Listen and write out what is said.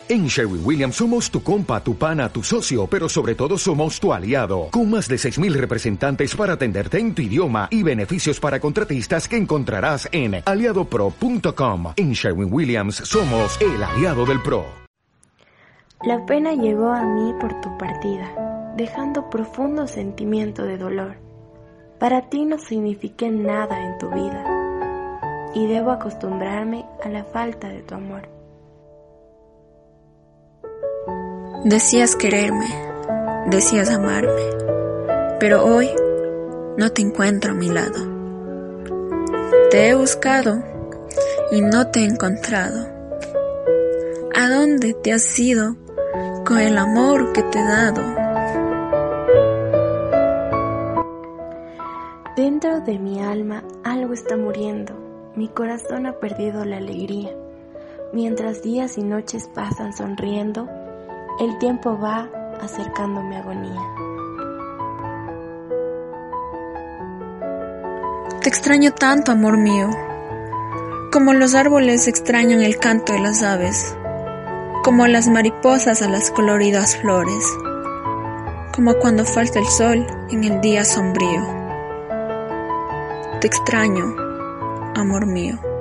En Sherwin-Williams somos tu compa, tu pana, tu socio, pero sobre todo somos tu aliado, con más de 6,000 representantes para atenderte en tu idioma y beneficios para contratistas que encontrarás en aliadopro.com. En Sherwin-Williams somos el aliado del pro. La pena llegó a mí por tu partida, dejando profundo sentimiento de dolor. Para ti no signifiqué nada en tu vida, y debo acostumbrarme a la falta de tu amor. Decías quererme, decías amarme, pero hoy no te encuentro a mi lado. Te he buscado y no te he encontrado. ¿A dónde te has ido con el amor que te he dado? Dentro de mi alma algo está muriendo, mi corazón ha perdido la alegría. Mientras días y noches pasan sonriendo, el tiempo va acercando mi agonía. Te extraño tanto, amor mío, como los árboles extrañan el canto de las aves, como las mariposas a las coloridas flores, como cuando falta el sol en el día sombrío. Te extraño, amor mío.